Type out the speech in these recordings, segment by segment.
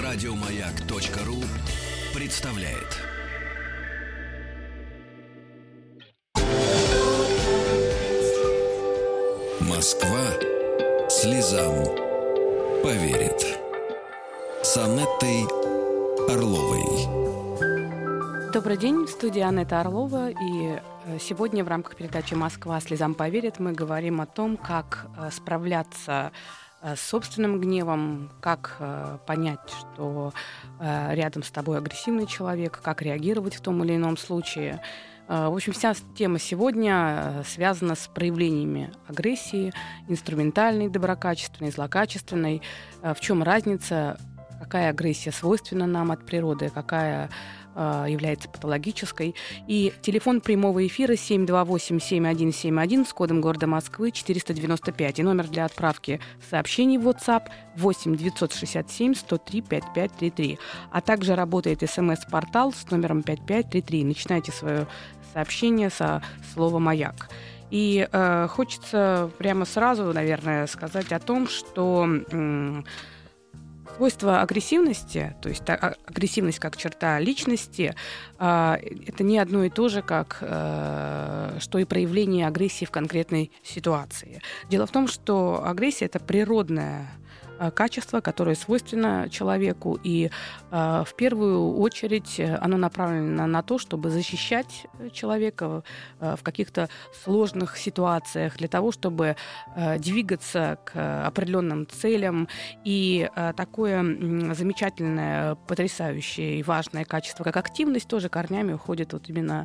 Радиомаяк.ру представляет. Москва слезам поверит. С Анеттой Орловой. Добрый день, в студии Анетта Орлова. И сегодня в рамках передачи «Москва слезам поверит» мы говорим о том, как справляться с собственным гневом, как понять, что рядом с тобой агрессивный человек, как реагировать в том или ином случае. В общем, вся тема сегодня связана с проявлениями агрессии, инструментальной, доброкачественной, злокачественной. В чем разница, какая агрессия свойственна нам от природы, какая является патологической. И телефон прямого эфира 728-7171 с кодом города Москвы 495. И номер для отправки сообщений в WhatsApp 8-967-103-5533. А также работает СМС-портал с номером 5533. Начинайте свое сообщение со слова «Маяк». И хочется прямо сразу, наверное, сказать о том, что свойство агрессивности, то есть агрессивность как черта личности, это не одно и то же, как что и проявление агрессии в конкретной ситуации. Дело в том, что агрессия — это природное качество, которое свойственно человеку, и в первую очередь оно направлено на то, чтобы защищать человека в каких-то сложных ситуациях, для того, чтобы двигаться к определенным целям. И такое замечательное, потрясающее и важное качество, как активность, тоже корнями уходит вот именно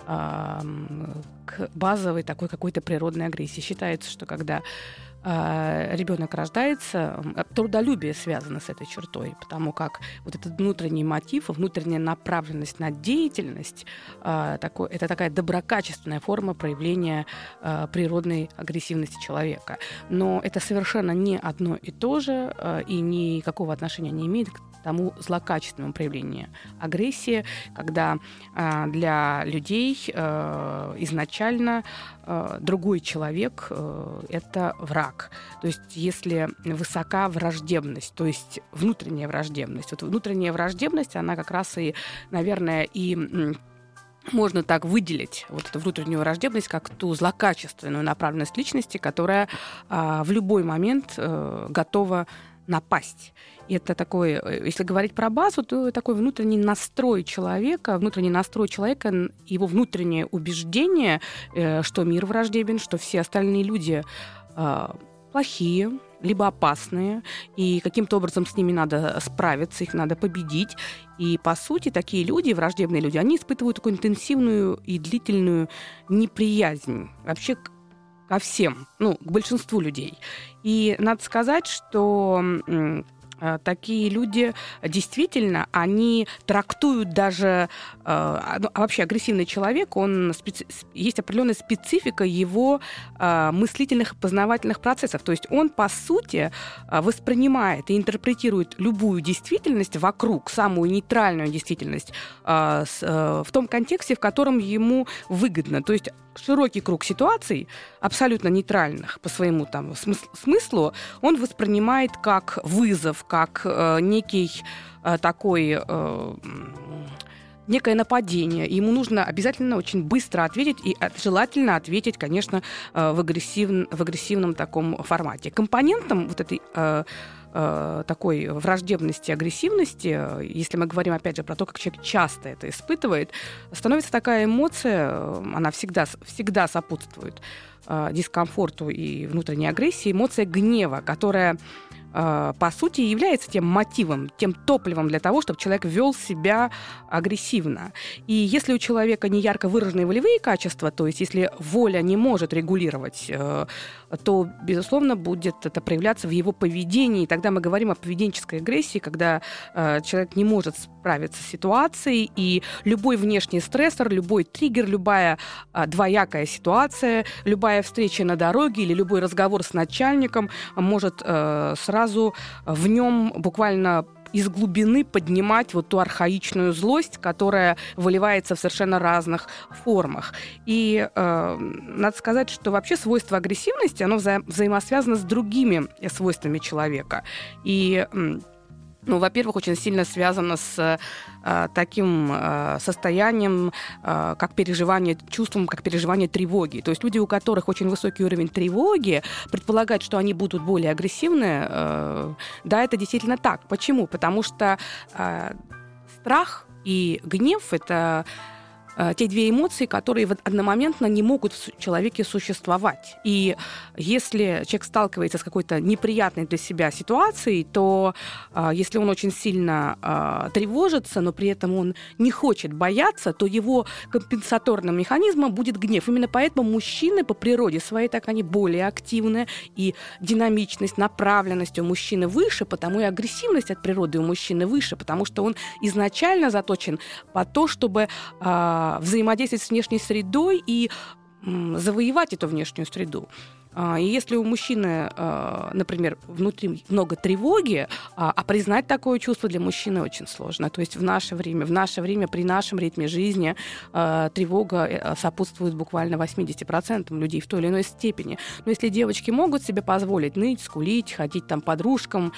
к базовой такой какой-то природной агрессии. Считается, что когда ребенок рождается, трудолюбие связано с этой чертой, потому как вот этот внутренний мотив, внутренняя направленность на деятельность, это такая доброкачественная форма проявления природной агрессивности человека. Но это совершенно не одно и то же, и никакого отношения не имеет к тому злокачественному проявлению агрессии, когда для людей изначально другой человек это враг. То есть если высока враждебность, то есть внутренняя враждебность. Вот внутренняя враждебность, она как раз и, наверное, и можно так выделить вот эту внутреннюю враждебность как ту злокачественную направленность личности, которая в любой момент готова напасть. И это такой, если говорить про базу, то такой внутренний настрой человека, его внутреннее убеждение, что мир враждебен, что все остальные люди плохие, либо опасные, и каким-то образом с ними надо справиться, их надо победить. И, по сути, такие люди, враждебные люди, они испытывают такую интенсивную и длительную неприязнь вообще ко всем, к большинству людей. И надо сказать, что такие люди действительно, они трактуют даже... вообще агрессивный человек, есть определенная специфика его мыслительных и познавательных процессов. То есть он, по сути, воспринимает и интерпретирует любую действительность вокруг, самую нейтральную действительность, в том контексте, в котором ему выгодно. То есть широкий круг ситуаций, абсолютно нейтральных по своему смыслу, он воспринимает как вызов, как некий такой... некое нападение. Ему нужно обязательно очень быстро ответить, и желательно ответить, конечно, в агрессивном таком формате. Компонентом вот этой такой враждебности, агрессивности, если мы говорим, опять же, про то, как человек часто это испытывает, становится такая эмоция, она всегда сопутствует дискомфорту и внутренней агрессии, эмоция гнева, которая по сути, является тем мотивом, тем топливом для того, чтобы человек вел себя агрессивно. И если у человека не ярко выраженные волевые качества, то есть если воля не может регулировать, то, безусловно, будет это проявляться в его поведении. И тогда мы говорим о поведенческой агрессии, когда человек не может справиться с ситуацией, и любой внешний стрессор, любой триггер, любая двоякая ситуация, любая встреча на дороге или любой разговор с начальником может сразу в нем буквально из глубины поднимать вот ту архаичную злость, которая выливается в совершенно разных формах. И надо сказать, что вообще свойство агрессивности, оно взаимосвязано с другими свойствами человека. И Ну, во-первых, очень сильно связано с таким состоянием, как переживание, чувством, как переживание тревоги. То есть люди, у которых очень высокий уровень тревоги, предполагать, что они будут более агрессивны, да, это действительно так. Почему? Потому что страх и гнев – это те две эмоции, которые одномоментно не могут в человеке существовать. И если человек сталкивается с какой-то неприятной для себя ситуацией, то если он очень сильно тревожится, но при этом он не хочет бояться, то его компенсаторным механизмом будет гнев. Именно поэтому мужчины по природе своей, так они более активны, и динамичность, направленность у мужчины выше, потому и агрессивность от природы у мужчины выше, потому что он изначально заточен по то, чтобы взаимодействовать с внешней средой и завоевать эту внешнюю среду. И если у мужчины, например, внутри много тревоги, а признать такое чувство для мужчины очень сложно. То есть в наше время, при нашем ритме жизни тревога сопутствует буквально 80% людей в той или иной степени. Но если девочки могут себе позволить ныть, скулить, ходить там подружкам,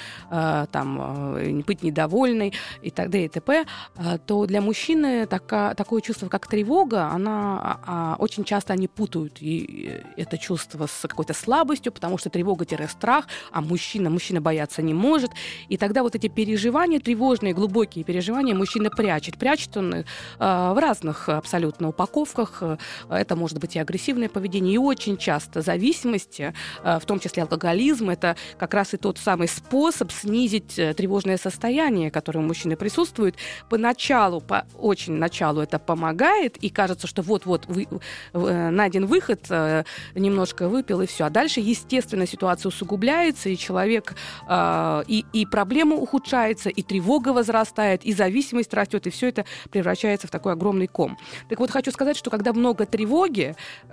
быть недовольной и т.д. и т.п., то для мужчины такое чувство, как тревога, она очень часто они путают и это чувство с какой-то слабостью, потому что тревога-страх, а мужчина бояться не может. И тогда вот эти переживания, тревожные, глубокие переживания мужчина прячет. Прячет он в разных абсолютно упаковках. Это может быть и агрессивное поведение, и очень часто зависимости, в том числе алкоголизм, это как раз и тот самый способ снизить тревожное состояние, которое у мужчины присутствует. Поначалу, очень началу это помогает, и кажется, что вот-вот найден выход, немножко выпил, и все. А дальше, естественно, ситуация усугубляется, и человек, и проблема ухудшается, и тревога возрастает, и зависимость растет, и все это превращается в такой огромный ком. Так вот, хочу сказать, что когда много тревоги,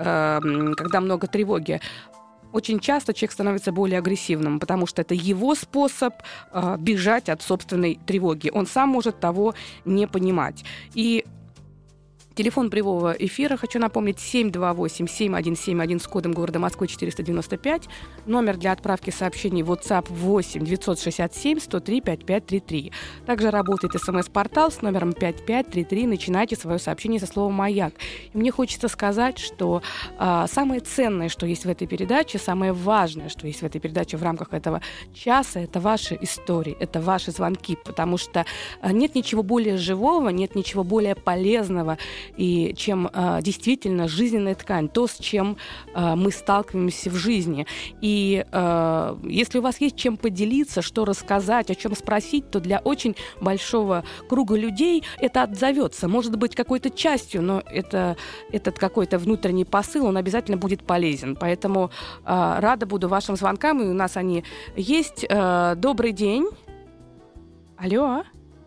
очень часто человек становится более агрессивным, потому что это его способ бежать от собственной тревоги. Он сам может того не понимать. И телефон прямого эфира, хочу напомнить, 728-7171 с кодом города Москвы 495. Номер для отправки сообщений WhatsApp 8-967-103-5533. Также работает СМС-портал с номером 5533. Начинайте свое сообщение со словом «Маяк». И мне хочется сказать, что самое ценное, что есть в этой передаче, самое важное, что есть в этой передаче в рамках этого часа, это ваши истории, это ваши звонки, потому что нет ничего более живого, нет ничего более полезного, и чем действительно жизненная ткань, то, с чем мы сталкиваемся в жизни. И если у вас есть чем поделиться, что рассказать, о чем спросить, то для очень большого круга людей это отзовется. Может быть, какой-то частью, но этот какой-то внутренний посыл, он обязательно будет полезен. Поэтому рада буду вашим звонкам, и у нас они есть. Добрый день. Алло.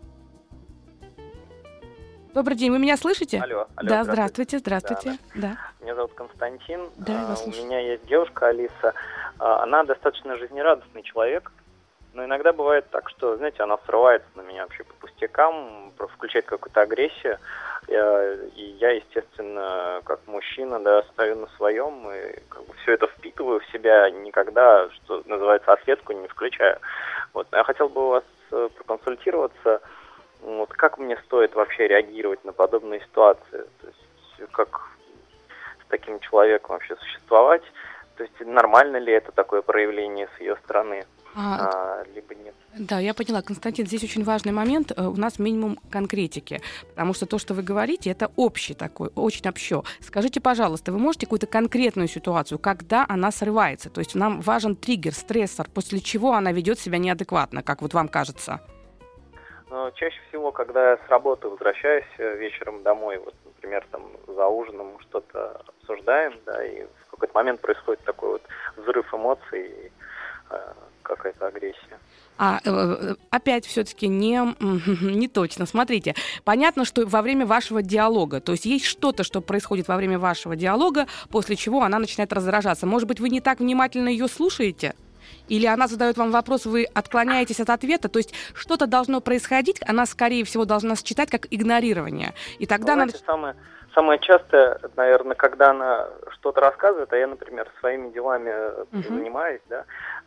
Добрый день, вы меня слышите? Алло, да, здравствуйте. Да. Меня зовут Константин. Да, я вас слышу. У меня есть девушка Алиса. Она достаточно жизнерадостный человек, но иногда бывает так, что, знаете, она срывается на меня вообще по пустякам, включает какую-то агрессию. И я, естественно, как мужчина, да, стою на своем и как бы все это впитываю в себя, никогда, что называется, ответку не включаю. Вот. Я хотел бы у вас проконсультироваться. Вот как мне стоит вообще реагировать на подобные ситуации? То есть как с таким человеком вообще существовать? То есть нормально ли это такое проявление с ее стороны? Либо нет. Да, я поняла. Константин, здесь очень важный момент. У нас минимум конкретики, потому что то, что вы говорите, это общий такой, очень общо. Скажите, пожалуйста, вы можете какую-то конкретную ситуацию, когда она срывается? То есть нам важен триггер, стрессор, после чего она ведет себя неадекватно, как вот вам кажется? Но чаще всего, когда я с работы возвращаюсь вечером домой, вот, например, там за ужином что-то обсуждаем, да, и в какой-то момент происходит такой вот взрыв эмоций и какая-то агрессия. Опять все-таки не точно. Смотрите, понятно, что во время вашего диалога, то есть есть что-то, что происходит во время вашего диалога, после чего она начинает раздражаться. Может быть, вы не так внимательно ее слушаете? Или она задает вам вопрос, вы отклоняетесь от ответа, то есть что-то должно происходить, она, скорее всего, должна считать как игнорирование. И тогда самое частое, наверное, когда она что-то рассказывает, а я, например, своими делами занимаюсь, да,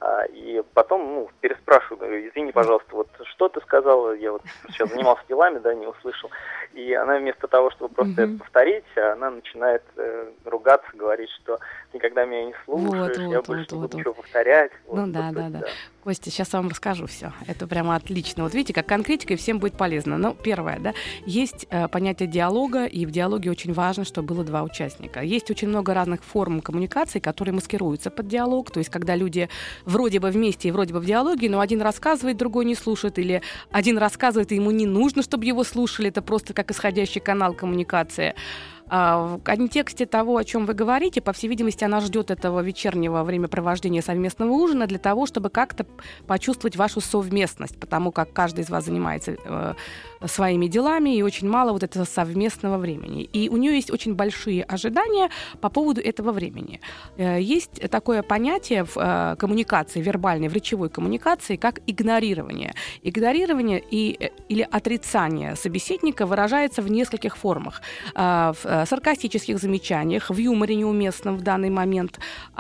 И потом, переспрашиваю, извини, пожалуйста, вот что ты сказала, я вот сейчас занимался делами, да, не услышал. И она вместо того, чтобы просто это повторить, она начинает ругаться, говорить, что ты никогда меня не слушаешь, я больше не буду ничего повторять. Да. Костя, сейчас я вам расскажу все. Это прямо отлично. Вот видите, как конкретика, и всем будет полезно. Но первое, да, есть понятие диалога, и в диалоге очень важно, чтобы было два участника. Есть очень много разных форм коммуникации, которые маскируются под диалог. То есть, когда люди вроде бы вместе и вроде бы в диалоге, но один рассказывает, другой не слушает, или один рассказывает, и ему не нужно, чтобы его слушали. Это просто как исходящий канал коммуникации. В контексте того, о чем вы говорите, по всей видимости, она ждет этого вечернего времяпровождения совместного ужина для того, чтобы как-то почувствовать вашу совместность, потому как каждый из вас занимается своими делами, и очень мало вот этого совместного времени. И у нее есть очень большие ожидания по поводу этого времени. Есть такое понятие в коммуникации, вербальной, в речевой коммуникации, как игнорирование. Игнорирование или отрицание собеседника выражается в нескольких формах. В саркастических замечаниях, в юморе неуместном в данный момент,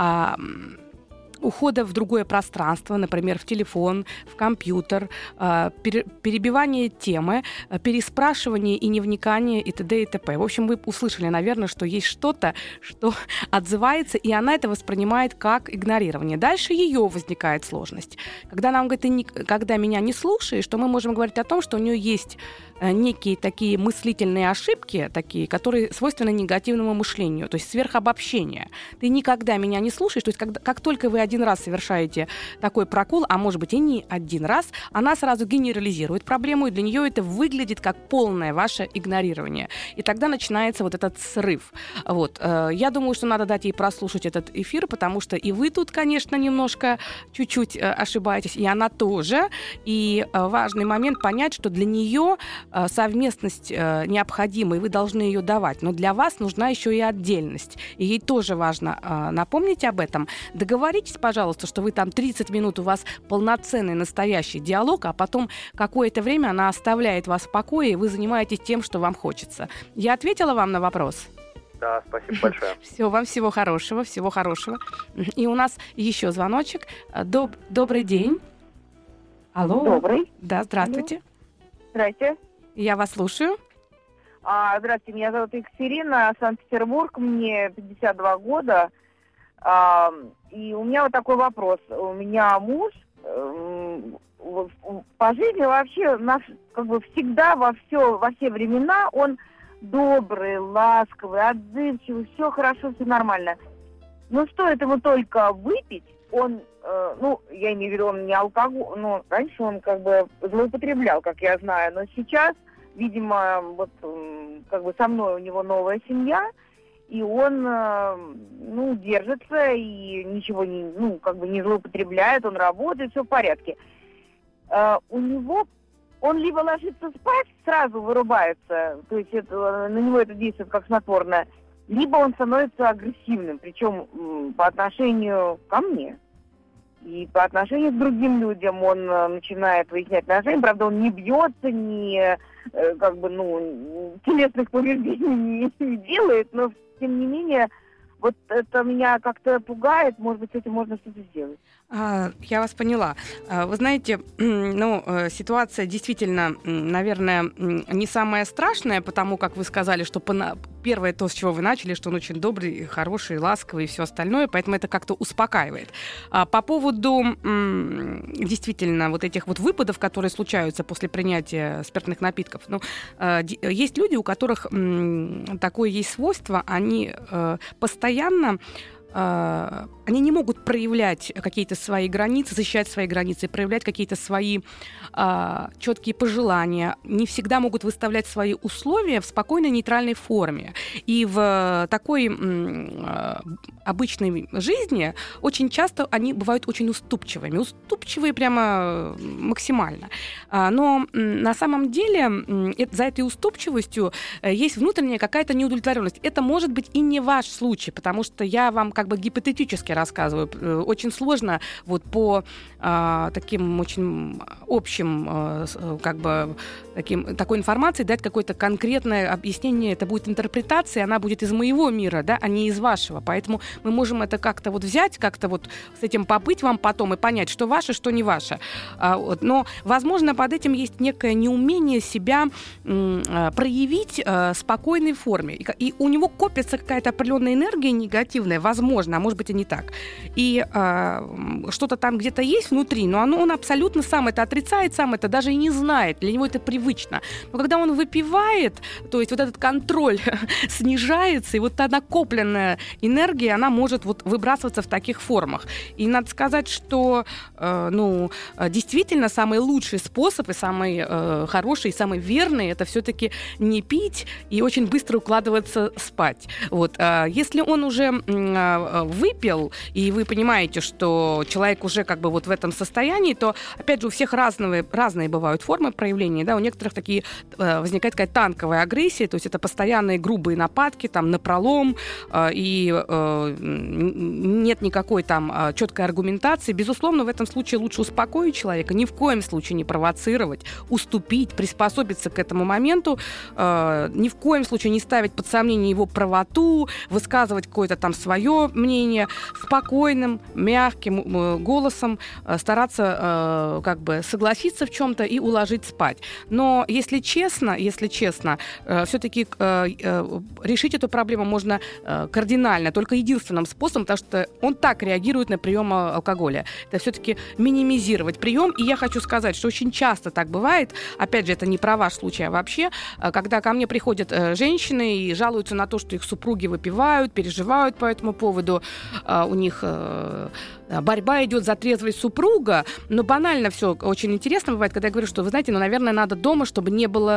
ухода в другое пространство, например, в телефон, в компьютер, перебивание темы, переспрашивание и невникание и т.д. и т.п. В общем, вы услышали, наверное, что есть что-то, что отзывается, и она это воспринимает как игнорирование. Дальше ее возникает сложность. Когда нам говорят, ты никогда меня не слушаешь, то мы можем говорить о том, что у нее есть некие такие мыслительные ошибки, такие, которые свойственны негативному мышлению, то есть сверхобобщение. Ты никогда меня не слушаешь, то есть как только вы один раз совершаете такой прокол, а может быть и не один раз, она сразу генерализирует проблему, и для нее это выглядит как полное ваше игнорирование. И тогда начинается вот этот срыв. Вот. Я думаю, что надо дать ей прослушать этот эфир, потому что и вы тут, конечно, немножко чуть-чуть ошибаетесь, и она тоже. И важный момент понять, что для нее совместность необходима, и вы должны ее давать. Но для вас нужна еще и отдельность. И ей тоже важно напомнить об этом. Договоритесь, пожалуйста, что вы там 30 минут, у вас полноценный настоящий диалог, а потом какое-то время она оставляет вас в покое, и вы занимаетесь тем, что вам хочется. Я ответила вам на вопрос? Да, спасибо большое. Все, вам всего хорошего, всего хорошего. И у нас еще звоночек. Добрый день. Алло. Добрый. Да, здравствуйте. Здрасте. Я вас слушаю. Здравствуйте, меня зовут Екатерина, Санкт-Петербург, мне 52 года. И у меня вот такой вопрос. У меня муж по жизни вообще всегда во все времена он добрый, ласковый, отзывчивый, все хорошо, все нормально. Но стоит ему только выпить, он, я имею в виду, он не алкоголь, раньше он злоупотреблял, как я знаю, но сейчас, видимо, со мной у него новая семья, и он, держится и ничего не злоупотребляет, он работает, все в порядке. У него, он либо ложится спать, сразу вырубается, то есть на него это действует как снотворное, либо он становится агрессивным, причем по отношению ко мне. И по отношению к другим людям он начинает выяснять отношения. Правда, он не бьется, телесных повреждений не делает, но тем не менее, вот это меня как-то пугает. Может быть, с этим можно что-то сделать. Я вас поняла. Вы знаете, ситуация действительно, наверное, не самая страшная, потому как вы сказали, что первое то, с чего вы начали, что он очень добрый, хороший, ласковый и все остальное, поэтому это как-то успокаивает. По поводу действительно вот этих вот выпадов, которые случаются после принятия спиртных напитков, есть люди, у которых такое есть свойство, они постоянно они не могут проявлять какие-то свои границы, защищать свои границы, проявлять какие-то свои четкие пожелания, не всегда могут выставлять свои условия в спокойной, нейтральной форме. И в такой обычной жизни очень часто они бывают очень уступчивые прямо максимально. Но на самом деле за этой уступчивостью есть внутренняя какая-то неудовлетворенность. Это может быть и не ваш случай, потому что я вам гипотетически я рассказываю. Очень сложно вот по таким очень общим, такой информации дать какое-то конкретное объяснение. Это будет интерпретация, она будет из моего мира, да, а не из вашего. Поэтому мы можем это как-то вот взять, как-то вот с этим побыть вам потом и понять, что ваше, что не ваше. Но, возможно, под этим есть некое неумение себя проявить в спокойной форме. И у него копится какая-то определенная энергия негативная, возможно, а может быть и не так. И что-то там где-то есть внутри, но он абсолютно сам это отрицает, сам это даже и не знает. Для него это привычно. Но когда он выпивает, то есть вот этот контроль снижается, и вот та накопленная энергия, она может вот выбрасываться в таких формах. И надо сказать, что действительно самый лучший способ и самый хороший, и самый верный — это все-таки не пить и очень быстро укладываться спать. Вот. Если он уже выпил, и вы понимаете, что человек уже как бы вот в этом состоянии, то, опять же, у всех разные бывают формы проявления, да, у некоторых такие возникает такая танковая агрессия, то есть это постоянные грубые нападки, там, напролом, и нет никакой там четкой аргументации. Безусловно, в этом случае лучше успокоить человека, ни в коем случае не провоцировать, уступить, приспособиться к этому моменту, ни в коем случае не ставить под сомнение его правоту, высказывать какое-то там свое мнение, спокойным, мягким голосом стараться как бы согласиться в чем-то и уложить спать. Но если честно, все-таки решить эту проблему можно кардинально, только единственным способом, потому что он так реагирует на прием алкоголя. Это все-таки минимизировать прием. И я хочу сказать, что очень часто так бывает, опять же, это не про ваш случай, а вообще, когда ко мне приходят женщины и жалуются на то, что их супруги выпивают, переживают по этому поводу, у них борьба идет за трезвость супруга, но банально все очень интересно бывает, когда я говорю, что, вы знаете, наверное, надо дома, чтобы не было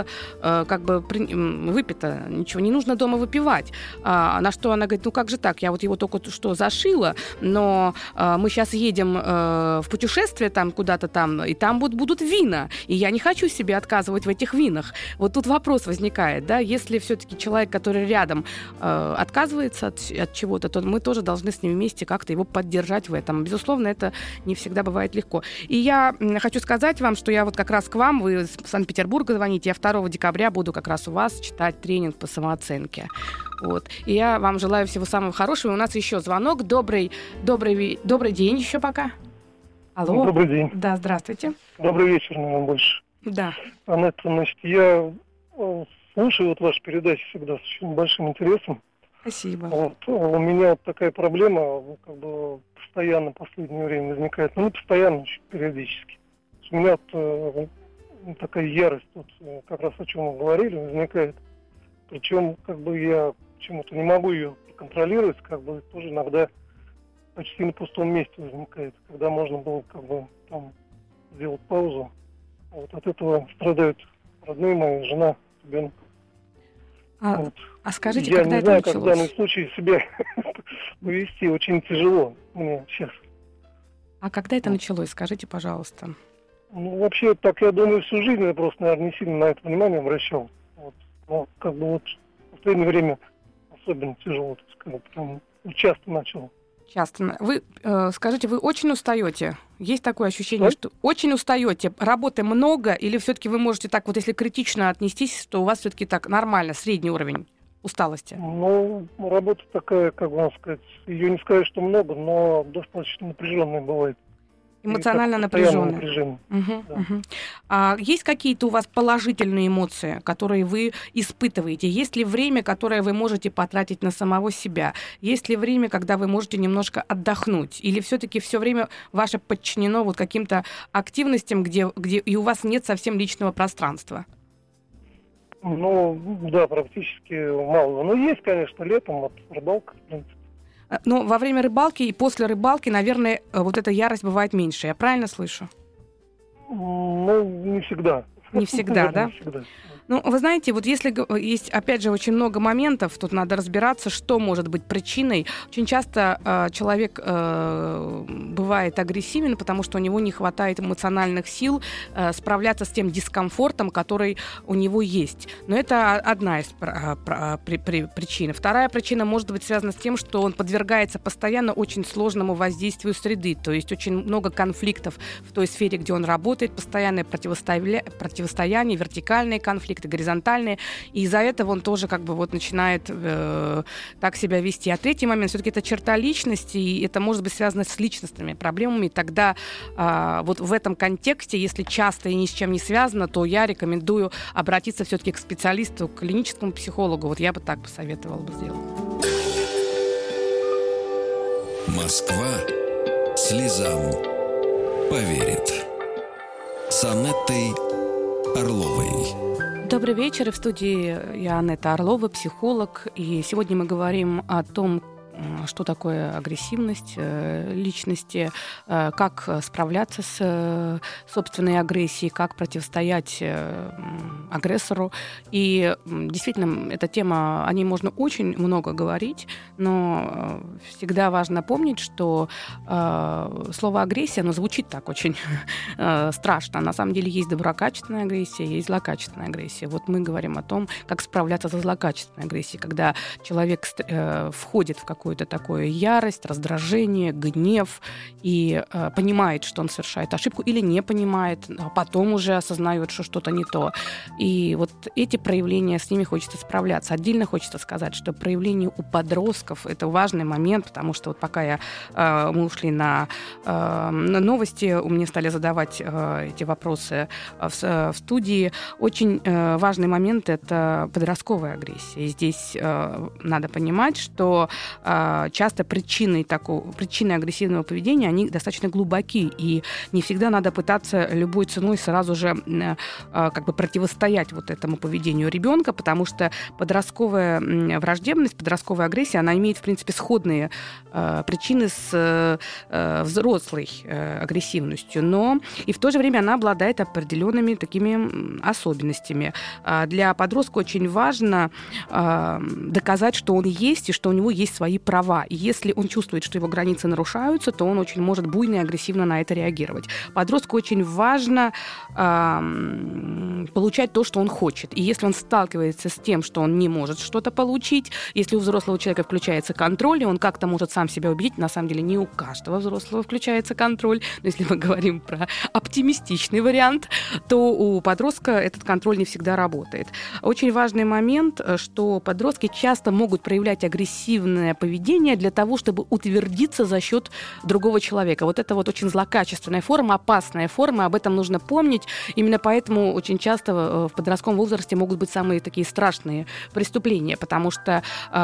выпито, ничего, не нужно дома выпивать. На что она говорит, как же так, я вот его только что зашила, но мы сейчас едем в путешествие там куда-то там, и там будут вина, и я не хочу себе отказывать в этих винах. Вот тут вопрос возникает, да, если все-таки человек, который рядом, отказывается от чего-то, то мы тоже должны с ним вместе как-то его поддержать в этом. Безусловно, это не всегда бывает легко. И я хочу сказать вам, что я вот как раз к вам, вы из Санкт-Петербурга звоните, я 2 декабря буду как раз у вас читать тренинг по самооценке. Вот. И я вам желаю всего самого хорошего. И у нас еще звонок. Добрый день еще пока. Алло. Добрый день. Да, здравствуйте. Добрый вечер, наверное, больше. Да. Анетта, значит, я слушаю вот ваши передачи всегда с очень большим интересом. Спасибо. Вот, у меня вот такая проблема, как бы постоянно в последнее время возникает, не постоянно, периодически. У меня вот такая ярость, вот, как раз о чем вы говорили, возникает. Причем, как бы я почему-то не могу ее контролировать, как бы тоже иногда почти на пустом месте возникает, когда можно было как бы там сделать паузу. Вот от этого страдают родные мои, жена, ребенок. А скажите, я когда не знаю, это началось? как в данном случае себя повести, очень тяжело мне сейчас. А когда это началось, скажите, пожалуйста. Ну, вообще, так, я думаю, всю жизнь я просто, наверное, не сильно на это внимание обращал. Вот. Но, как бы, вот, в последнее время особенно тяжело, так сказать, прям часто начал. Часто. Вы скажите, вы очень устаете? Есть такое ощущение, что очень устаете? Работы много, или все-таки вы можете так вот, если критично отнестись, что у вас все-таки так нормально, средний уровень усталости? Ну, работа такая, как вам сказать, ее не сказать, что много, но достаточно напряженная бывает. Эмоционально напряженная. А есть какие-то у вас положительные эмоции, которые вы испытываете? Есть ли время, которое вы можете потратить на самого себя? Есть ли время, когда вы можете немножко отдохнуть? Или все-таки все время ваше подчинено вот каким-то активностям, где и у вас нет совсем личного пространства? Ну, да, практически мало. Ну, есть, конечно, летом, вот рыбалка, в принципе. Но во время рыбалки и после рыбалки, наверное, вот эта ярость бывает меньше. Я правильно слышу? Ну, не всегда. Не всегда, да? Не всегда. Ну, вы знаете, вот если есть, опять же, очень много моментов, тут надо разбираться, что может быть причиной. Очень часто человек бывает агрессивен, потому что у него не хватает эмоциональных сил справляться с тем дискомфортом, который у него есть. Но это одна из причин. Вторая причина может быть связана с тем, что он подвергается постоянно очень сложному воздействию среды, то есть очень много конфликтов в той сфере, где он работает, постоянное противостояние, вертикальные конфликты, горизонтальные, и из-за этого он тоже как бы вот начинает так себя вести. А третий момент, все-таки это черта личности, и это может быть связано с личностными проблемами. Тогда вот в этом контексте, если часто и ни с чем не связано, то я рекомендую обратиться все-таки к специалисту, к клиническому психологу. Вот я бы так посоветовала бы сделать. Москва слезам поверит. С Анеттой Орловой. Добрый вечер. И в студии я Анетта Орлова, психолог. И сегодня мы говорим о том, что такое агрессивность личности, как справляться с собственной агрессией, как противостоять агрессору. И действительно, эта тема, о ней можно очень много говорить, но всегда важно помнить, что слово агрессия, оно звучит так очень страшно. На самом деле есть доброкачественная агрессия, есть злокачественная агрессия. Вот мы говорим о том, как справляться со злокачественной агрессией, когда человек входит в какую-то такую ярость, раздражение, гнев и понимает, что он совершает ошибку, или не понимает, а потом уже осознает, что что-то не то. И вот эти проявления, с ними хочется справляться. Отдельно хочется сказать, что проявление у подростков — это важный момент, потому что вот пока мы ушли на новости, мне стали задавать эти вопросы в студии. Очень важный момент — это подростковая агрессия. И здесь надо понимать, что часто причины агрессивного поведения, они достаточно глубоки, и не всегда надо пытаться любой ценой сразу же как бы противостоять вот этому поведению ребенка, потому что подростковая враждебность, подростковая агрессия, она имеет, в принципе, сходные причины с взрослой агрессивностью, но и в то же время она обладает определенными такими особенностями. Для подростка очень важно доказать, что он есть и что у него есть свои права. И если он чувствует, что его границы нарушаются, то он очень может буйно и агрессивно на это реагировать. Подростку очень важно получать то, что он хочет. И если он сталкивается с тем, что он не может что-то получить, если у взрослого человека включается контроль, и он как-то может сам себя убедить, на самом деле не у каждого взрослого включается контроль, но если мы говорим про оптимистичный вариант, то у подростка этот контроль не всегда работает. Очень важный момент, что подростки часто могут проявлять агрессивное поведение для того, чтобы утвердиться за счет другого человека. Вот это вот очень злокачественная форма, опасная форма, об этом нужно помнить. Именно поэтому очень часто в подростковом возрасте могут быть самые такие страшные преступления, потому что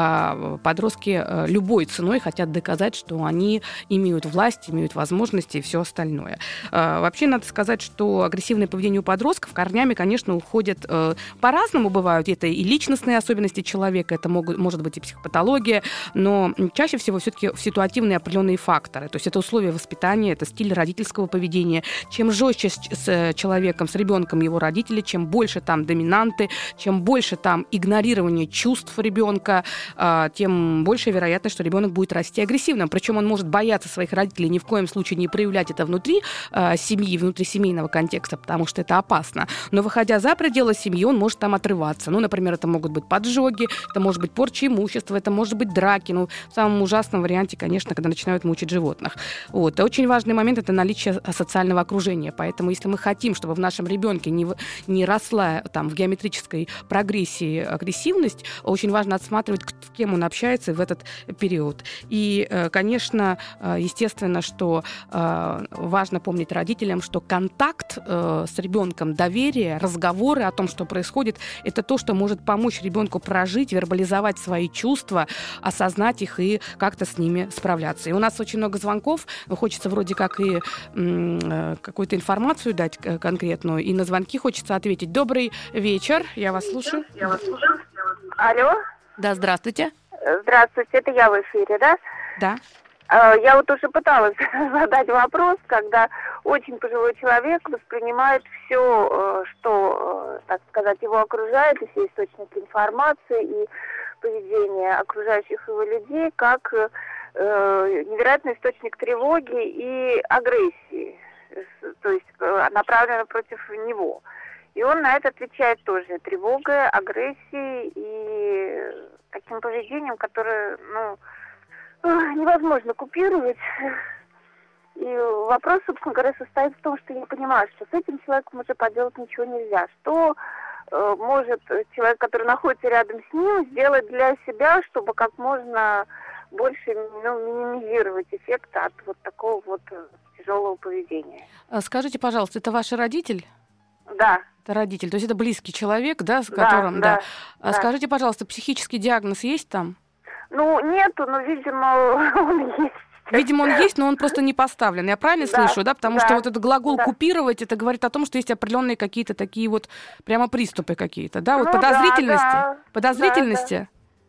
подростки любой ценой хотят доказать, что они имеют власть, имеют возможности и все остальное. Вообще надо сказать, что агрессивное поведение у подростков корнями, конечно, уходят по-разному бывают. Это и личностные особенности человека, это может быть и психопатология, но чаще всего все-таки ситуативные определенные факторы. То есть это условия воспитания, это стиль родительского поведения. Чем жестче с человеком, с ребенком его родители, чем больше там доминанты, чем больше там игнорирование чувств ребенка, тем больше вероятность, что ребенок будет расти агрессивным. Причем он может бояться своих родителей, ни в коем случае не проявлять это внутри семьи, внутри семейного контекста, потому что это опасно. Но выходя за пределы семьи, он может там отрываться. Ну, например, это могут быть поджоги, это может быть порча имущества, это может быть драки. Ну, в самом ужасном варианте, конечно, когда начинают мучить животных. Вот. И очень важный момент — это наличие социального окружения. Поэтому, если мы хотим, чтобы в нашем ребенке не росла там в геометрической прогрессии агрессивность, очень важно отсматривать, с кем он общается в этот период. И, конечно, естественно, что важно помнить родителям, что контакт с ребенком, доверие, разговоры о том, что происходит, это то, что может помочь ребенку прожить, вербализовать свои чувства, осознать их и как-то с ними справляться. И у нас очень много звонков. Хочется вроде как и какую-то информацию дать конкретную, и на звонки хочется ответить. Добрый вечер, я вас слушаю. Алло. Да, здравствуйте. Здравствуйте, это я в эфире, да? Да. Я вот уже пыталась задать вопрос, когда очень пожилой человек воспринимает все, что, так сказать, его окружает, и все источники информации, и поведение окружающих его людей, как невероятный источник тревоги и агрессии, то есть направлено против него. И он на это отвечает тоже тревогой, агрессией и таким поведением, которое, невозможно купировать. И вопрос, собственно говоря, состоит в том, что я понимаю, что с этим человеком уже поделать ничего нельзя. Что может человек, который находится рядом с ним, сделать для себя, чтобы как можно больше минимизировать эффект от вот такого вот тяжелого поведения? Скажите, пожалуйста, это ваш родитель? Да. Это родитель, то есть это близкий человек, да, с которым... Да. Скажите, пожалуйста, психический диагноз есть там? Нету, но, видимо, он есть. Видимо, он есть, но он просто не поставлен. Я правильно слышу, да? Потому что вот этот глагол «купировать», это говорит о том, что есть определенные какие-то такие вот прямо приступы какие-то, да? Вот подозрительности? Подозрительности?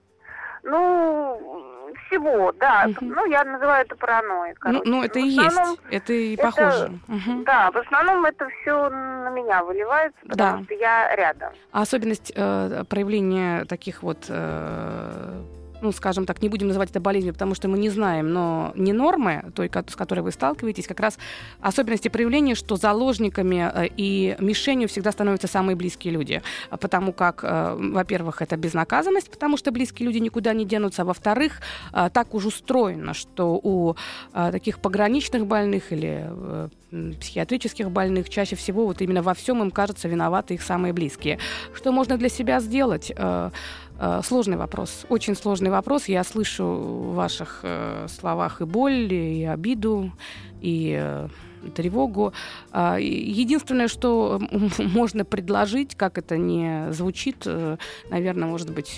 Всего, да. Я называю это паранойей. Это и есть. Это и похоже. Да, в основном это все на меня выливается, потому что я рядом. А особенность проявления таких вот... скажем так, не будем называть это болезнью, потому что мы не знаем, но не нормы, той, с которой вы сталкиваетесь, как раз особенности проявления, что заложниками и мишенью всегда становятся самые близкие люди. Потому как, во-первых, это безнаказанность, потому что близкие люди никуда не денутся, а во-вторых, так уж устроено, что у таких пограничных больных или психиатрических больных чаще всего вот именно во всем им кажется виноваты их самые близкие. Что можно для себя сделать? Сложный вопрос, очень сложный вопрос. Я слышу в ваших словах и боль, и обиду, и тревогу. Единственное, что можно предложить, как это не звучит, наверное, может быть,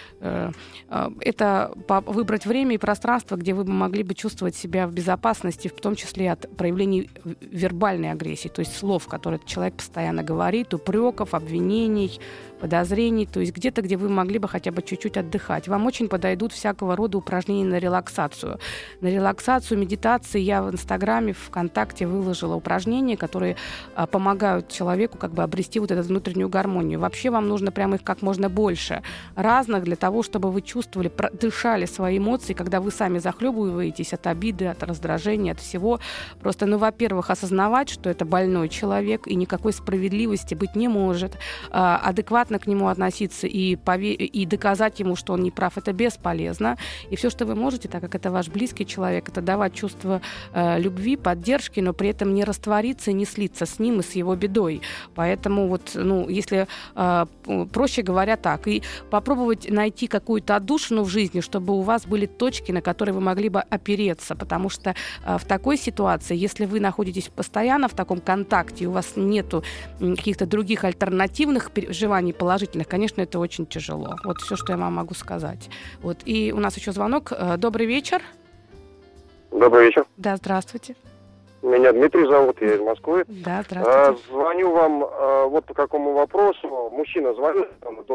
это выбрать время и пространство, где вы могли бы чувствовать себя в безопасности, в том числе от проявлений вербальной агрессии, то есть слов, которые этот человек постоянно говорит, упреков, обвинений, подозрений, то есть где-то, где вы могли бы хотя бы чуть-чуть отдыхать. Вам очень подойдут всякого рода упражнения на релаксацию. На релаксацию, медитации я в Инстаграме, ВКонтакте выложила упражнения, которые помогают человеку как бы обрести вот эту внутреннюю гармонию. Вообще вам нужно прямо их как можно больше разных для того, чтобы вы чувствовали, дышали свои эмоции, когда вы сами захлебываетесь от обиды, от раздражения, от всего. Просто, во-первых, осознавать, что это больной человек и никакой справедливости быть не может. Адекватно к нему относиться и доказать ему, что он не прав, это бесполезно. И все, что вы можете, так как это ваш близкий человек, это давать чувство любви, поддержки, но при этом не раствориться, не слиться с ним и с его бедой. Поэтому если проще говоря так, и попробовать найти какую-то отдушину в жизни, чтобы у вас были точки, на которые вы могли бы опереться, потому что в такой ситуации, если вы находитесь постоянно в таком контакте, и у вас нету каких-то других альтернативных переживаний положительных, конечно, это очень тяжело. Вот все, что я вам могу сказать. И у нас еще звонок. Добрый вечер. Добрый вечер. Да, здравствуйте. Меня Дмитрий зовут, я из Москвы. Да, здравствуйте. Звоню вам вот по какому вопросу. Мужчина звонил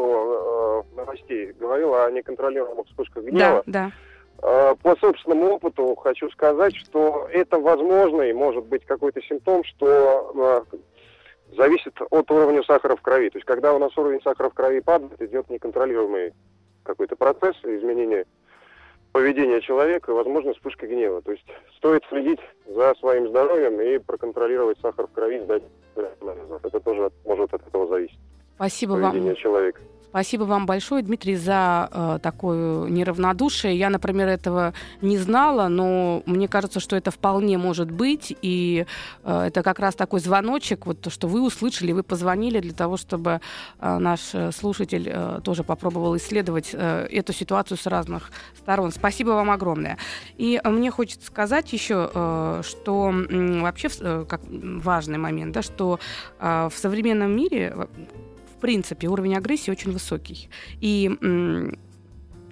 до новостей, говорил о неконтролируемых вспышках гнева. Да. По собственному опыту хочу сказать, что это возможно и может быть какой-то симптом, что зависит от уровня сахара в крови. То есть, когда у нас уровень сахара в крови падает, идет неконтролируемый какой-то процесс изменения поведения человека, и, возможно, вспышка гнева. То есть, стоит следить за своим здоровьем и проконтролировать сахар в крови, сдать анализов. Это тоже может от этого зависеть. Спасибо вам. Поведение человека. Спасибо вам большое, Дмитрий, за такое неравнодушие. Я, например, этого не знала, но мне кажется, что это вполне может быть. И это как раз такой звоночек, то, что вы услышали, вы позвонили для того, чтобы наш слушатель тоже попробовал исследовать эту ситуацию с разных сторон. Спасибо вам огромное. И мне хочется сказать еще, что вообще как важный момент, да, что в современном мире в принципе, уровень агрессии очень высокий. И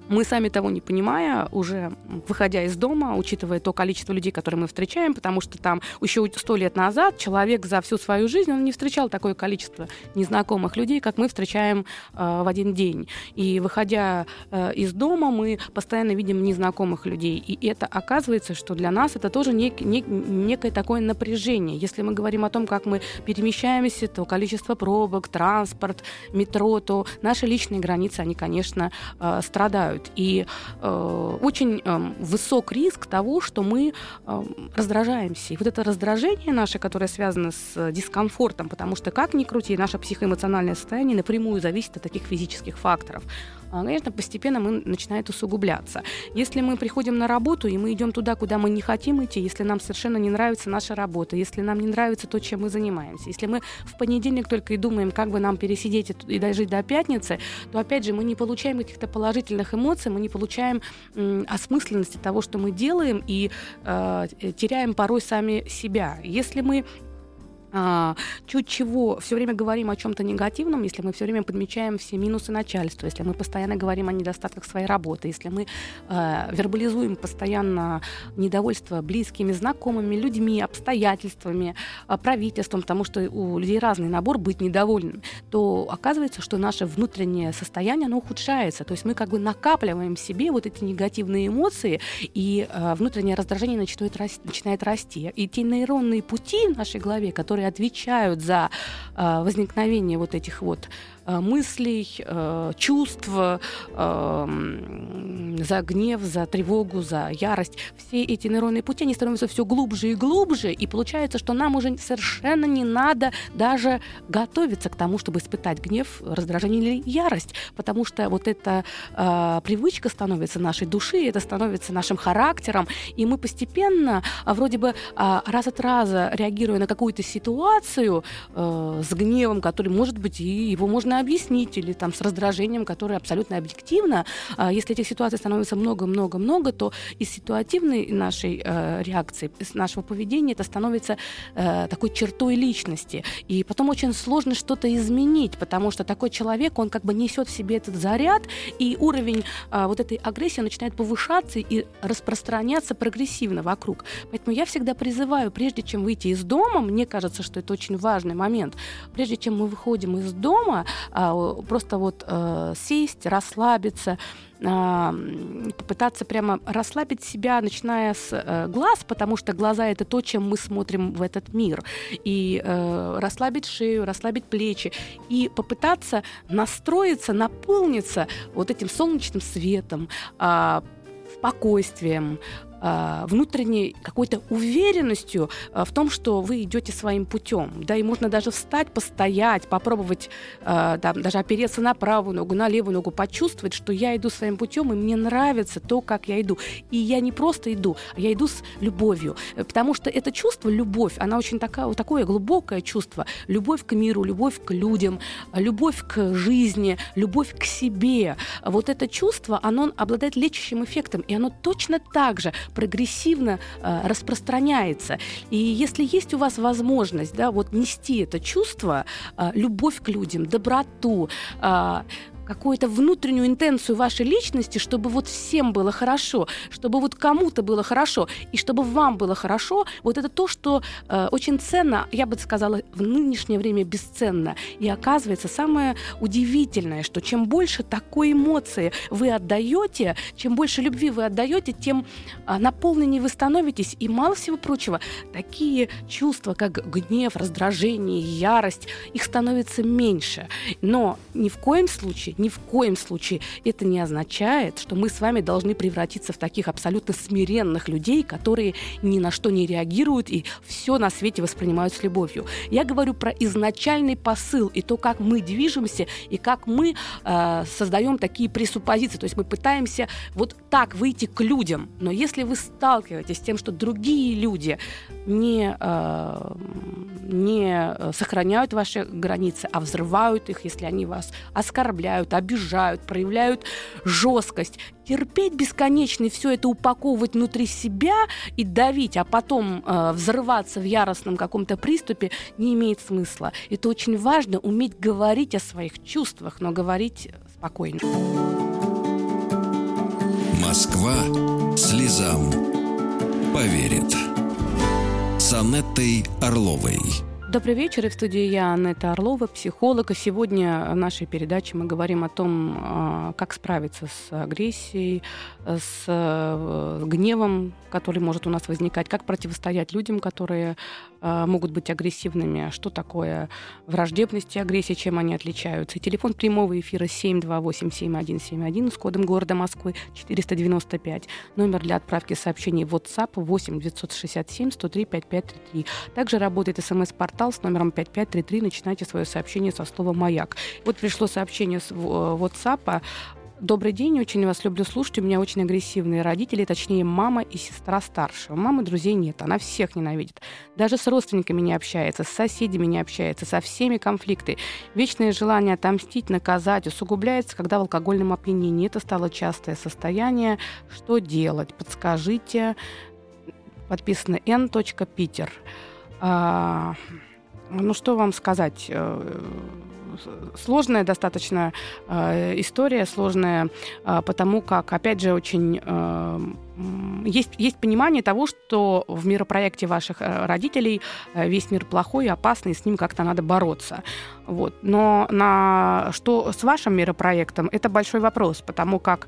мы сами того не понимая, уже выходя из дома, учитывая то количество людей, которые мы встречаем, потому что там еще 100 лет назад человек за всю свою жизнь, он не встречал такое количество незнакомых людей, как мы встречаем в один день. И выходя из дома, мы постоянно видим незнакомых людей. И это оказывается, что для нас это тоже некое такое напряжение. Если мы говорим о том, как мы перемещаемся, то количество пробок, транспорт, метро, то наши личные границы, они, конечно, страдают. И очень высок риск того, что мы раздражаемся. И вот это раздражение наше, которое связано с дискомфортом, потому что, как ни крути, наше психоэмоциональное состояние напрямую зависит от таких физических факторов. Конечно, постепенно начинает усугубляться. Если мы приходим на работу, и мы идем туда, куда мы не хотим идти, если нам совершенно не нравится наша работа, если нам не нравится то, чем мы занимаемся, если мы в понедельник только и думаем, как бы нам пересидеть и дожить до пятницы, то, опять же, мы не получаем каких-то положительных эмоций, мы не получаем осмысленности того, что мы делаем, и теряем порой сами себя. Если мы чуть чего все время говорим о чем-то негативном, если мы все время подмечаем все минусы начальства, если мы постоянно говорим о недостатках своей работы, если мы вербализуем постоянно недовольство близкими, знакомыми, людьми, обстоятельствами, правительством, потому что у людей разный набор быть недовольным, то оказывается, что наше внутреннее состояние, оно ухудшается. То есть мы как бы накапливаем в себе вот эти негативные эмоции, и внутреннее раздражение начинает расти. И те нейронные пути в нашей голове, которые отвечают за возникновение вот этих вот мыслей, чувств, за гнев, за тревогу, за ярость. Все эти нейронные пути, они становятся все глубже и глубже, и получается, что нам уже совершенно не надо даже готовиться к тому, чтобы испытать гнев, раздражение или ярость, потому что вот эта привычка становится нашей души, это становится нашим характером, и мы постепенно, вроде бы раз от раза реагируя на какую-то ситуацию с гневом, который, может быть, и его можно объяснить, или там с раздражением, которое абсолютно объективно. Если этих ситуаций становится много-много-много, то из ситуативной нашей реакции, из нашего поведения это становится такой чертой личности. И потом очень сложно что-то изменить, потому что такой человек, он как бы несет в себе этот заряд, и уровень вот этой агрессии начинает повышаться и распространяться прогрессивно вокруг. Поэтому я всегда призываю, прежде чем выйти из дома, мне кажется, что это очень важный момент, прежде чем мы выходим из дома, просто вот сесть, расслабиться, попытаться прямо расслабить себя, начиная с глаз, потому что глаза — это то, чем мы смотрим в этот мир, и расслабить шею, расслабить плечи, и попытаться настроиться, наполниться вот этим солнечным светом, спокойствием, внутренней какой-то уверенностью в том, что вы идете своим путем. Да, и можно даже встать, постоять, попробовать даже опереться на правую ногу, на левую ногу, почувствовать, что я иду своим путем, и мне нравится то, как я иду. И я не просто иду, а я иду с любовью. Потому что это чувство, любовь, она очень такое глубокое чувство. Любовь к миру, любовь к людям, любовь к жизни, любовь к себе. Вот это чувство, оно обладает лечащим эффектом, и оно точно так же прогрессивно распространяется. И если есть у вас возможность, да, вот нести это чувство, любовь к людям, доброту, какую-то внутреннюю интенцию вашей личности, чтобы вот всем было хорошо, чтобы вот кому-то было хорошо, и чтобы вам было хорошо, вот это то, что очень ценно, я бы сказала, в нынешнее время бесценно. И оказывается, самое удивительное, что чем больше такой эмоции вы отдаете, чем больше любви вы отдаете, тем наполненнее вы становитесь. И мало всего прочего, такие чувства, как гнев, раздражение, ярость, их становится меньше. Но ни в коем случае это не означает, что мы с вами должны превратиться в таких абсолютно смиренных людей, которые ни на что не реагируют и все на свете воспринимают с любовью. Я говорю про изначальный посыл и то, как мы движемся и как мы создаем такие пресуппозиции. То есть мы пытаемся вот так выйти к людям. Но если вы сталкиваетесь с тем, что другие люди не сохраняют ваши границы, а взрывают их, если они вас оскорбляют, обижают, проявляют жесткость, терпеть бесконечно и все это упаковывать внутри себя и давить, а потом взрываться в яростном каком-то приступе не имеет смысла. Это очень важно, уметь говорить о своих чувствах, но говорить спокойно. Москва слезам поверит. С Анеттой Орловой. Добрый вечер, и в студии я, Анетта Орлова, психолог. И сегодня в нашей передаче мы говорим о том, как справиться с агрессией, с гневом, который может у нас возникать, как противостоять людям, которые могут быть агрессивными, что такое враждебность и агрессия, чем они отличаются. И телефон прямого эфира 728-7171 с кодом города Москвы 495. Номер для отправки сообщений в WhatsApp 8-967-103-5533. Также работает СМС-портал с номером 5533. Начинайте свое сообщение со слова «Маяк». Вот пришло сообщение с WhatsApp. Добрый день, очень вас люблю слушать. У меня очень агрессивные родители, точнее, мама и сестра старшая. У мамы друзей нет, она всех ненавидит. Даже с родственниками не общается, с соседями не общается, со всеми конфликты. Вечное желание отомстить, наказать усугубляется, когда в алкогольном опьянении. Это стало частое состояние. Что делать? Подскажите. Подписано N.Питер. Ну, что вам сказать? Сложная достаточно история, сложная, потому как, опять же, очень есть понимание того, что в миропроекте ваших родителей весь мир плохой и опасный, и с ним как-то надо бороться. Вот. Но что с вашим миропроектом, это большой вопрос, потому как,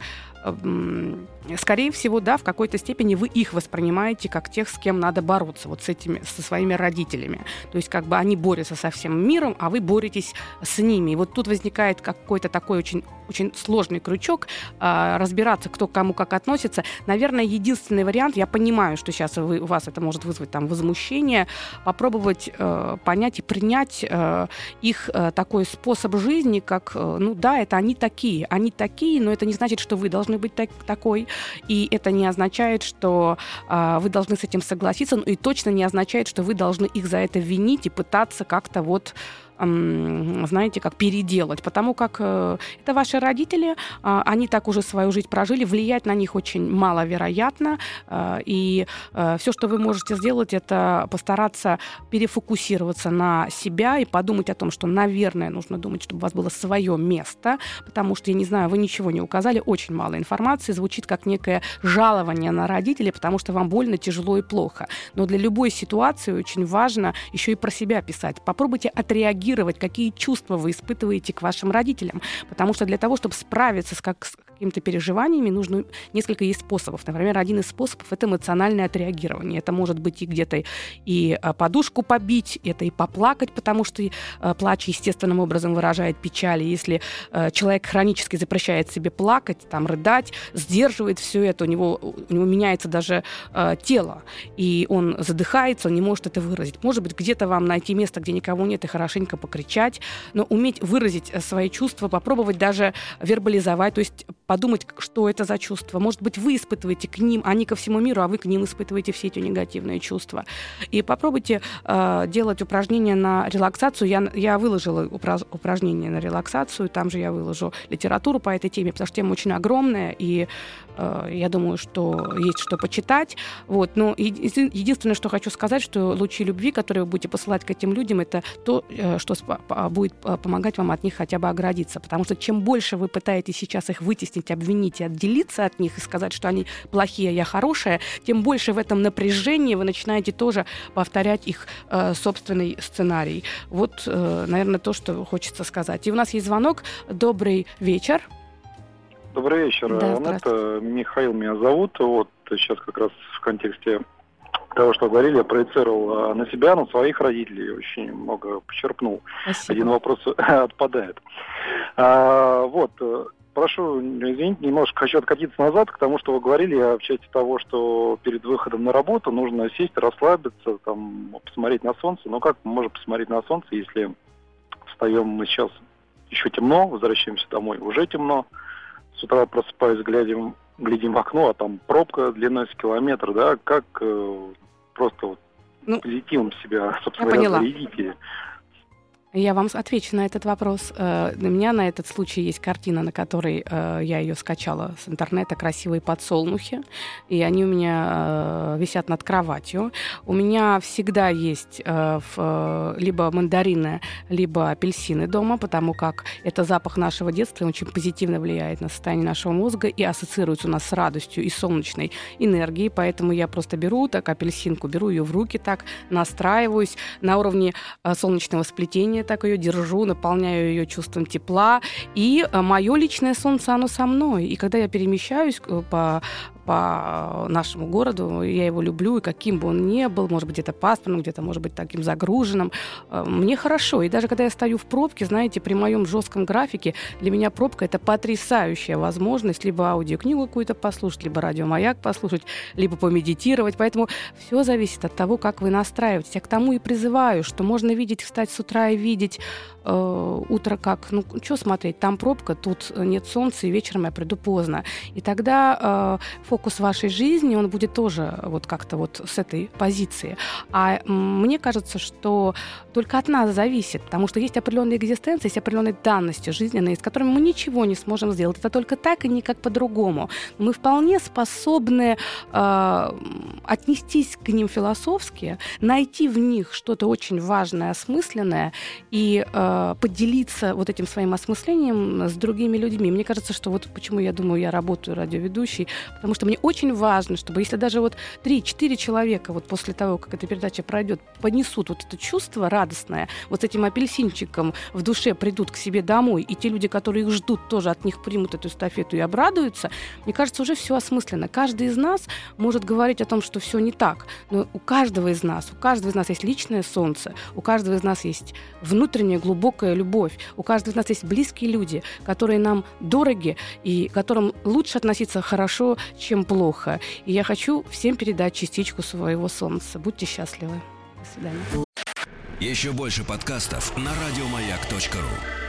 скорее всего, да, в какой-то степени вы их воспринимаете как тех, с кем надо бороться, вот со своими родителями. То есть как бы они борются со всем миром, а вы боретесь с ними. И вот тут возникает какой-то такой очень, очень сложный крючок, разбираться, кто к кому как относится. Наверное, единственный вариант, я понимаю, что сейчас у вас это может вызвать там возмущение, попробовать понять и принять их такой способ жизни, как, ну да, это они такие, но это не значит, что вы должны быть такой, и это не означает, что вы должны с этим согласиться, но и точно не означает, что вы должны их за это винить и пытаться как-то вот, знаете, как переделать, потому как это ваши родители, они так уже свою жизнь прожили, влиять на них очень маловероятно, и все, что вы можете сделать, это постараться перефокусироваться на себя и подумать о том, что, наверное, нужно думать, чтобы у вас было свое место, потому что, я не знаю, вы ничего не указали, очень мало информации, звучит как некое жалование на родителей, потому что вам больно, тяжело и плохо. Но для любой ситуации очень важно еще и про себя писать. Попробуйте отреагировать, какие чувства вы испытываете к вашим родителям. Потому что для того, чтобы справиться с какими-то переживаниями, нужно несколько есть способов. Например, один из способов — это эмоциональное отреагирование. Это может быть и где-то и подушку побить, это и поплакать, потому что плач естественным образом выражает печаль. И если человек хронически запрещает себе плакать, там, рыдать, сдерживает все это, у него меняется даже тело, и он задыхается, он не может это выразить. Может быть, где-то вам найти место, где никого нет, и хорошенько покричать, но уметь выразить свои чувства, попробовать даже вербализовать, то есть подумать, что это за чувства. Может быть, вы испытываете к ним, а не ко всему миру, а вы к ним испытываете все эти негативные чувства. И попробуйте делать упражнения на релаксацию. Я выложила упражнения на релаксацию, там же я выложу литературу по этой теме, потому что тема очень огромная, и я думаю, что есть что почитать. Вот. Но единственное, что хочу сказать, что лучи любви, которые вы будете посылать к этим людям, это то, что будет помогать вам от них хотя бы оградиться. Потому что чем больше вы пытаетесь сейчас их вытеснить, обвинить и отделиться от них и сказать, что они плохие, а я хорошая, тем больше в этом напряжении вы начинаете тоже повторять их собственный сценарий. Вот, наверное, то, что хочется сказать. И у нас есть звонок. Добрый вечер. Добрый вечер. Да, это Михаил меня зовут. Вот сейчас как раз в контексте того, что говорили, я проецировал на себя, на своих родителей, очень много почерпнул. Спасибо. Один вопрос отпадает. Вот, прошу извините, немножко хочу откатиться назад к тому, что вы говорили в части того, что перед выходом на работу нужно сесть, расслабиться, там, посмотреть на солнце. Но как мы можем посмотреть на солнце, если встаем мы сейчас еще темно, возвращаемся домой, уже темно, с утра просыпаюсь, глядим в окно, а там пробка длиной с километр, да, как позитивом себя, собственно говоря, зарядите. Я вам отвечу на этот вопрос. У меня на этот случай есть картина, на которой я ее скачала с интернета, красивые подсолнухи, и они у меня висят над кроватью. У меня всегда есть либо мандарины, либо апельсины дома, потому как это запах нашего детства, он очень позитивно влияет на состояние нашего мозга и ассоциируется у нас с радостью и солнечной энергией, поэтому я просто беру так апельсинку, беру ее в руки, так настраиваюсь на уровне солнечного сплетения, так ее держу, наполняю ее чувством тепла, и мое личное солнце, оно со мной. И когда я перемещаюсь по нашему городу, я его люблю, и каким бы он ни был, может быть, где-то пасмурным, где-то, может быть, таким загруженным, мне хорошо. И даже когда я стою в пробке, знаете, при моем жестком графике, для меня пробка — это потрясающая возможность либо аудиокнигу какую-то послушать, либо радиомаяк послушать, либо помедитировать. Поэтому все зависит от того, как вы настраиваетесь. Я к тому и призываю, что можно видеть, встать с утра и видеть утро как, что смотреть, там пробка, тут нет солнца, и вечером я приду поздно. И тогда фокус вашей жизни, он будет тоже вот как-то вот с этой позиции. А мне кажется, что только от нас зависит, потому что есть определенные экзистенции, есть определенные данности жизненные, с которыми мы ничего не сможем сделать. Это только так и никак по-другому. Мы вполне способны отнестись к ним философски, найти в них что-то очень важное, осмысленное и поделиться вот этим своим осмыслением с другими людьми. Мне кажется, что вот почему я думаю, я работаю радиоведущей, потому что мне очень важно, чтобы если даже вот 3-4 человека вот после того, как эта передача пройдет, понесут вот это чувство радостное, вот с этим апельсинчиком в душе придут к себе домой, и те люди, которые их ждут, тоже от них примут эту эстафету и обрадуются, мне кажется, уже все осмысленно. Каждый из нас может говорить о том, что все не так, но у каждого из нас есть личное солнце, у каждого из нас есть внутренняя глубокая любовь, у каждого из нас есть близкие люди, которые нам дороги и к которым лучше относиться хорошо, чем плохо. И я хочу всем передать частичку своего солнца. Будьте счастливы. До свидания. Еще больше подкастов на радиомаяк.ру.